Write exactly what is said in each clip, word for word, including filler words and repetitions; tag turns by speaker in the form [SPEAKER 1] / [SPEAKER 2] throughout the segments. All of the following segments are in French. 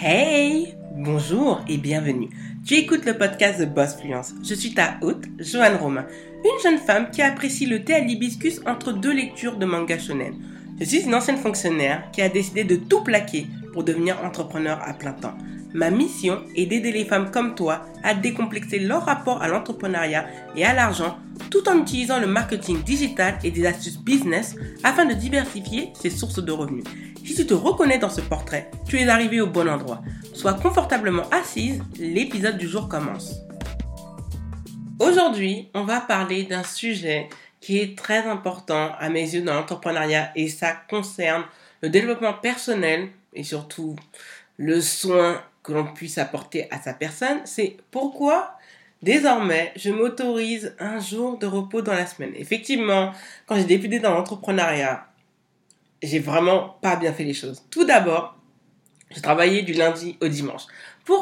[SPEAKER 1] Hey, bonjour et bienvenue. Tu écoutes le podcast de Boss Fluence. Je suis ta hôte, Joanne Romain, une jeune femme qui apprécie le thé à l'hibiscus entre deux lectures de manga shonen. Je suis une ancienne fonctionnaire qui a décidé de tout plaquer pour devenir entrepreneur à plein temps. Ma mission est d'aider les femmes comme toi à décomplexer leur rapport à l'entrepreneuriat et à l'argent tout en utilisant le marketing digital et des astuces business afin de diversifier ses sources de revenus. Si tu te reconnais dans ce portrait, tu es arrivé au bon endroit. Sois confortablement assise, l'épisode du jour commence. Aujourd'hui, on va parler d'un sujet qui est très important à mes yeux dans l'entrepreneuriat et ça concerne le développement personnel et surtout le soin que l'on puisse apporter à sa personne. C'est pourquoi désormais je m'autorise un jour de repos dans la semaine. Effectivement, quand j'ai débuté dans l'entrepreneuriat, j'ai vraiment pas bien fait les choses. Tout d'abord, je travaillais du lundi au dimanche. Pourquoi ?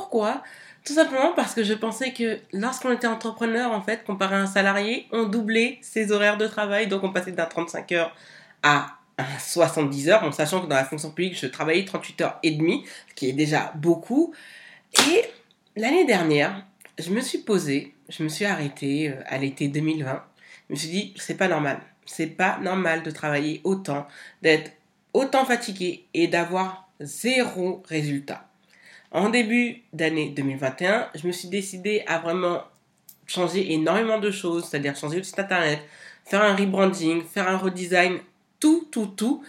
[SPEAKER 1] Tout simplement parce que je pensais que lorsqu'on était entrepreneur, en fait, comparé à un salarié, on doublait ses horaires de travail. Donc, on passait d'un trente-cinq heures à soixante-dix heures, en sachant que dans la fonction publique, je travaillais trente-huit heures et demie, ce qui est déjà beaucoup. Et l'année dernière, je me suis posée, je me suis arrêtée à l'été deux mille vingt. Je me suis dit, c'est pas normal. C'est pas normal de travailler autant, d'être autant fatigué et d'avoir zéro résultat. En début d'année deux mille vingt et un, je me suis décidé à vraiment changer énormément de choses, c'est-à-dire changer le site internet, faire un rebranding, faire un redesign, tout, tout, tout,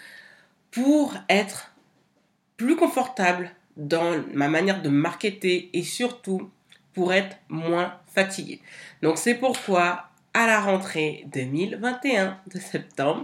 [SPEAKER 1] pour être plus confortable dans ma manière de marketer et surtout pour être moins fatigué. Donc c'est pourquoi à la rentrée deux mille vingt et un de septembre,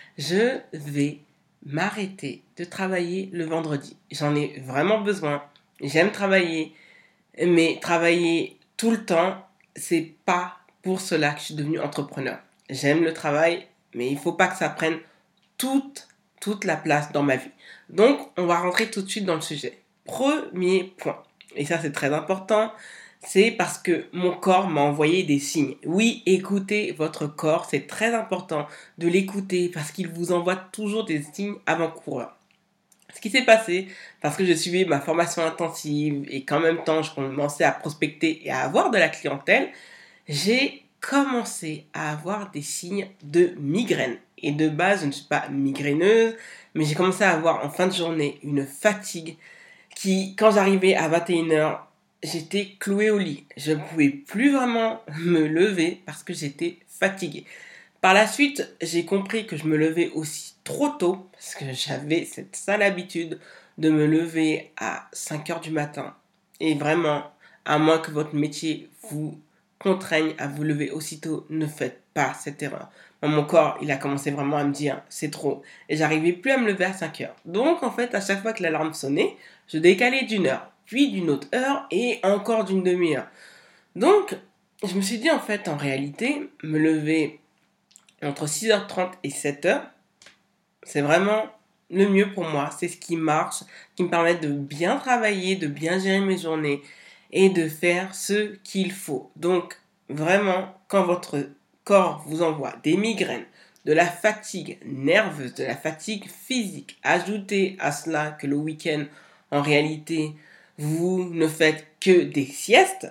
[SPEAKER 1] je vais m'arrêter de travailler le vendredi. J'en ai vraiment besoin. J'aime travailler, mais travailler tout le temps, c'est pas pour cela que je suis devenue entrepreneur. J'aime le travail, mais il faut pas que ça prenne toute, toute la place dans ma vie. Donc, on va rentrer tout de suite dans le sujet. Premier point, et ça c'est très important, c'est parce que mon corps m'a envoyé des signes. Oui, écoutez votre corps, c'est très important de l'écouter parce qu'il vous envoie toujours des signes avant-coureurs. Ce qui s'est passé, parce que je suivais ma formation intensive et qu'en même temps je commençais à prospecter et à avoir de la clientèle, j'ai commencé à avoir des signes de migraine. Et de base, je ne suis pas migraineuse, mais j'ai commencé à avoir en fin de journée une fatigue qui, quand j'arrivais à vingt et une heures, j'étais clouée au lit. Je ne pouvais plus vraiment me lever parce que j'étais fatiguée. Par la suite, j'ai compris que je me levais aussi trop tôt parce que j'avais cette sale habitude de me lever à cinq heures du matin. Et vraiment, à moins que votre métier vous contraigne à vous lever aussitôt, ne faites pas cette erreur. Mon corps, il a commencé vraiment à me dire, c'est trop. Et j'arrivais plus à me lever à cinq heures. Donc, en fait, à chaque fois que l'alarme sonnait, je décalais d'une heure, puis d'une autre heure et encore d'une demi-heure. Donc, je me suis dit, en fait, en réalité, me lever entre six heures trente et sept heures, c'est vraiment le mieux pour moi. C'est ce qui marche, qui me permet de bien travailler, de bien gérer mes journées et de faire ce qu'il faut. Donc, vraiment, quand votre corps vous envoie des migraines, de la fatigue nerveuse, de la fatigue physique, ajoutez à cela que le week-end, en réalité, vous ne faites que des siestes,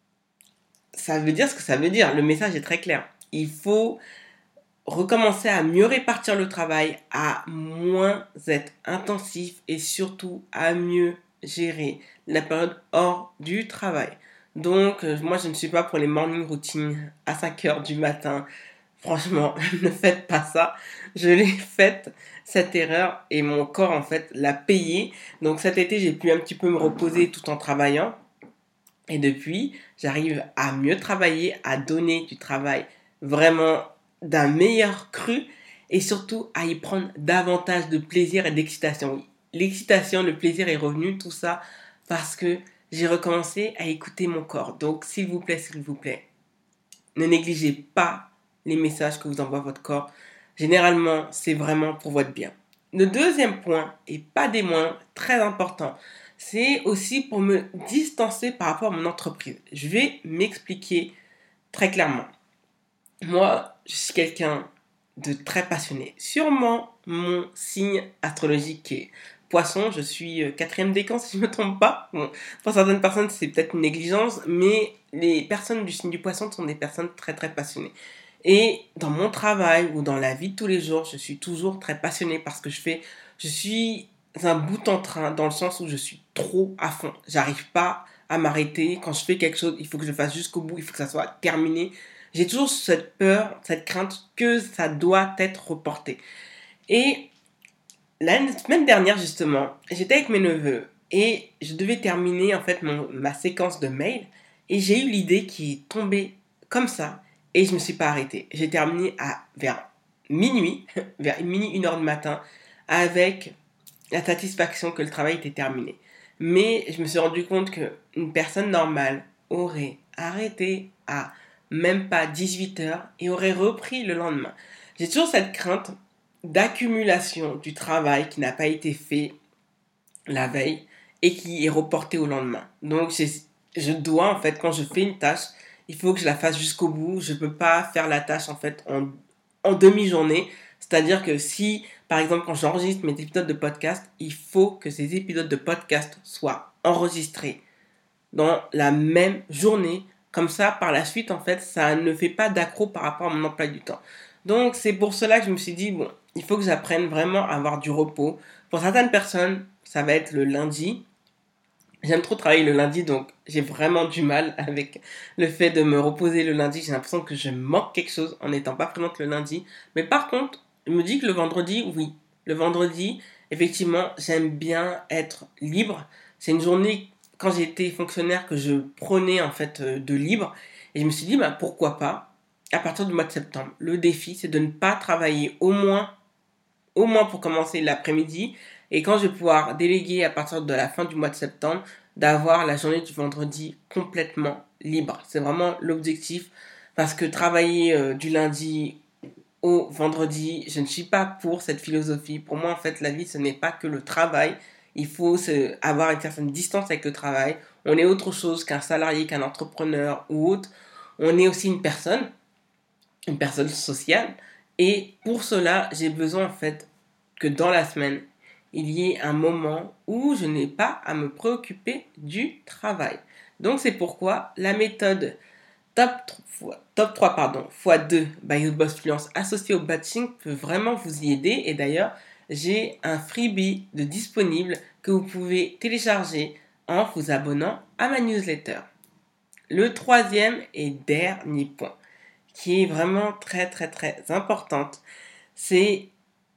[SPEAKER 1] ça veut dire ce que ça veut dire. Le message est très clair. Il faut recommencer à mieux répartir le travail, à moins être intensif et surtout à mieux gérer la période hors du travail. Donc, euh, moi, je ne suis pas pour les morning routines à cinq heures du matin. Franchement, ne faites pas ça. Je l'ai faite, cette erreur, et mon corps, en fait, l'a payé. Donc, cet été, j'ai pu un petit peu me reposer tout en travaillant. Et depuis, j'arrive à mieux travailler, à donner du travail vraiment d'un meilleur cru et surtout à y prendre davantage de plaisir et d'excitation. L'excitation, le plaisir est revenu, tout ça parce que j'ai recommencé à écouter mon corps. Donc, s'il vous plaît, s'il vous plaît, ne négligez pas les messages que vous envoie votre corps. Généralement, c'est vraiment pour votre bien. Le deuxième point, et pas des moindres, très important, c'est aussi pour me distancer par rapport à mon entreprise. Je vais m'expliquer très clairement. Moi, je suis quelqu'un de très passionné. Sûrement mon signe astrologique est poisson, je suis euh, quatrième décan si je ne me trompe pas. Bon, pour certaines personnes, c'est peut-être une négligence, mais les personnes du signe du poisson sont des personnes très très passionnées. Et dans mon travail ou dans la vie de tous les jours, je suis toujours très passionnée par ce que je fais. Je suis un bout en train dans le sens où je suis trop à fond. J'arrive pas à m'arrêter. Quand je fais quelque chose, il faut que je le fasse jusqu'au bout, il faut que ça soit terminé. J'ai toujours cette peur, cette crainte que ça doit être reporté. Et la semaine dernière, justement, j'étais avec mes neveux et je devais terminer en fait mon, ma séquence de mails et j'ai eu l'idée qui est tombée comme ça et je me suis pas arrêtée. J'ai terminé à vers minuit, vers minuit, une heure du matin avec la satisfaction que le travail était terminé. Mais je me suis rendu compte qu'une personne normale aurait arrêté à même pas dix-huit heures et aurait repris le lendemain. J'ai toujours cette crainte d'accumulation du travail qui n'a pas été fait la veille et qui est reporté au lendemain. Donc je dois en fait, quand je fais une tâche, il faut que je la fasse jusqu'au bout. Je ne peux pas faire la tâche en fait en, en demi-journée. C'est-à-dire que si, par exemple, quand j'enregistre mes épisodes de podcast, il faut que ces épisodes de podcast soient enregistrés dans la même journée. Comme ça, par la suite, en fait, ça ne fait pas d'accro par rapport à mon emploi du temps. Donc, c'est pour cela que je me suis dit, bon, il faut que j'apprenne vraiment à avoir du repos. Pour certaines personnes, ça va être le lundi. J'aime trop travailler le lundi, donc j'ai vraiment du mal avec le fait de me reposer le lundi. J'ai l'impression que je manque quelque chose en n'étant pas présente le lundi. Mais par contre, je me dis que le vendredi, oui. Le vendredi, effectivement, j'aime bien être libre. C'est une journée, quand j'étais fonctionnaire, que je prenais en fait de libre. Et je me suis dit, bah, pourquoi pas, à partir du mois de septembre. Le défi, c'est de ne pas travailler au moins, au moins pour commencer l'après-midi. Et quand je vais pouvoir déléguer à partir de la fin du mois de septembre, d'avoir la journée du vendredi complètement libre. C'est vraiment l'objectif. Parce que travailler euh, du lundi au vendredi, je ne suis pas pour cette philosophie. Pour moi, en fait, la vie, ce n'est pas que le travail. Il faut se, avoir une certaine distance avec le travail. On est autre chose qu'un salarié, qu'un entrepreneur ou autre. On est aussi une personne, une personne sociale. Et pour cela, j'ai besoin, en fait, que dans la semaine, il y ait un moment où je n'ai pas à me préoccuper du travail. Donc, c'est pourquoi la méthode Top trois, top trois pardon, fois deux by The Boss Fluence associé au batching peut vraiment vous y aider. Et d'ailleurs, j'ai un freebie de disponible que vous pouvez télécharger en vous abonnant à ma newsletter. Le troisième et dernier point, qui est vraiment très très très importante, c'est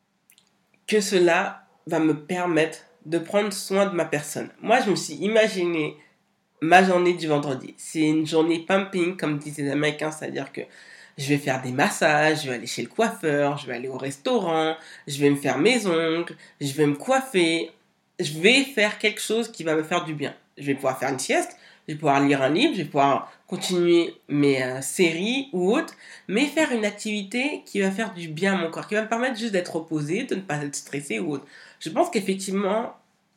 [SPEAKER 1] que cela va me permettre de prendre soin de ma personne. Moi, je me suis imaginé ma journée du vendredi. C'est une journée pumping, comme disent les Américains, c'est-à-dire que je vais faire des massages, je vais aller chez le coiffeur, je vais aller au restaurant, je vais me faire mes ongles, je vais me coiffer, je vais faire quelque chose qui va me faire du bien. Je vais pouvoir faire une sieste, je vais pouvoir lire un livre, je vais pouvoir continuer mes euh, séries ou autres, mais faire une activité qui va faire du bien à mon corps, qui va me permettre juste d'être reposé, de ne pas être stressé ou autre. Je pense qu'effectivement,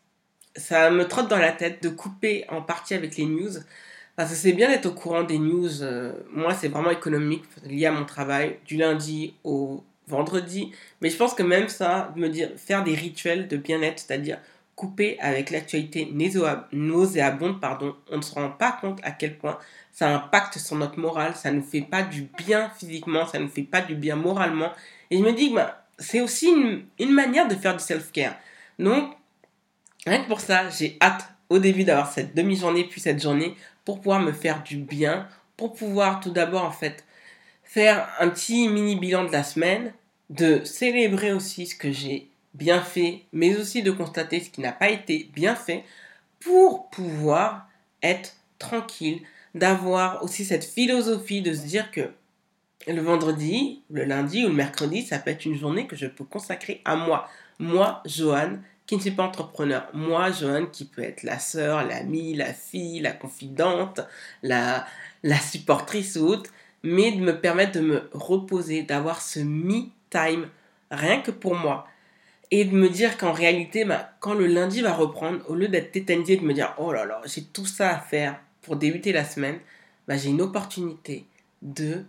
[SPEAKER 1] ça me trotte dans la tête de couper en partie avec les news. Parce que c'est bien d'être au courant des news. Euh, moi, c'est vraiment économique, lié à mon travail, du lundi au vendredi. Mais je pense que même ça, me dire, faire des rituels de bien-être, c'est-à-dire couper avec l'actualité nauséabonde, pardon, on ne se rend pas compte à quel point ça impacte sur notre morale. Ça ne nous fait pas du bien physiquement, ça ne nous fait pas du bien moralement. Et je me dis que bah, c'est aussi une, une manière de faire du self-care. Donc, rien que pour ça, j'ai hâte au début d'avoir cette demi-journée puis cette journée pour pouvoir me faire du bien, pour pouvoir tout d'abord en fait faire un petit mini bilan de la semaine, de célébrer aussi ce que j'ai bien fait, mais aussi de constater ce qui n'a pas été bien fait pour pouvoir être tranquille, d'avoir aussi cette philosophie de se dire que le vendredi, le lundi ou le mercredi, ça peut être une journée que je peux consacrer à moi. Moi, Johan, qui ne suis pas entrepreneur. Moi, Johan, qui peut être la sœur, l'amie, la fille, la confidente, la, la supportrice ou autre, mais de me permettre de me reposer, d'avoir ce me-time, rien que pour moi. Et de me dire qu'en réalité, bah, quand le lundi va reprendre, au lieu d'être tétanisé, de me dire « Oh là là, j'ai tout ça à faire pour débuter la semaine bah, », j'ai une opportunité de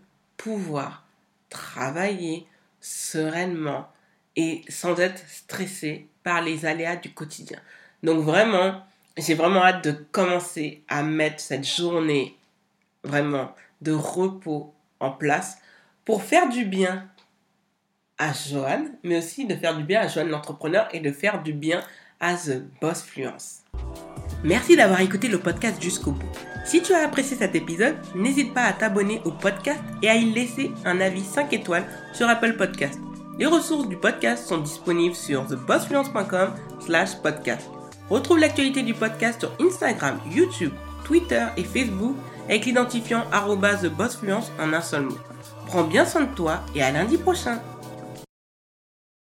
[SPEAKER 1] pouvoir travailler sereinement et sans être stressé par les aléas du quotidien. Donc vraiment, j'ai vraiment hâte de commencer à mettre cette journée vraiment de repos en place pour faire du bien à Johan, mais aussi de faire du bien à Johan l'entrepreneur et de faire du bien à The Bossfluence. Merci d'avoir écouté le podcast jusqu'au bout. Si tu as apprécié cet épisode, n'hésite pas à t'abonner au podcast et à y laisser un avis cinq étoiles sur Apple Podcast. Les ressources du podcast sont disponibles sur the boss fluence point com slash podcast. Retrouve l'actualité du podcast sur Instagram, YouTube, Twitter et Facebook avec l'identifiant arobase the boss fluence en un seul mot. Prends bien soin de toi et à lundi prochain.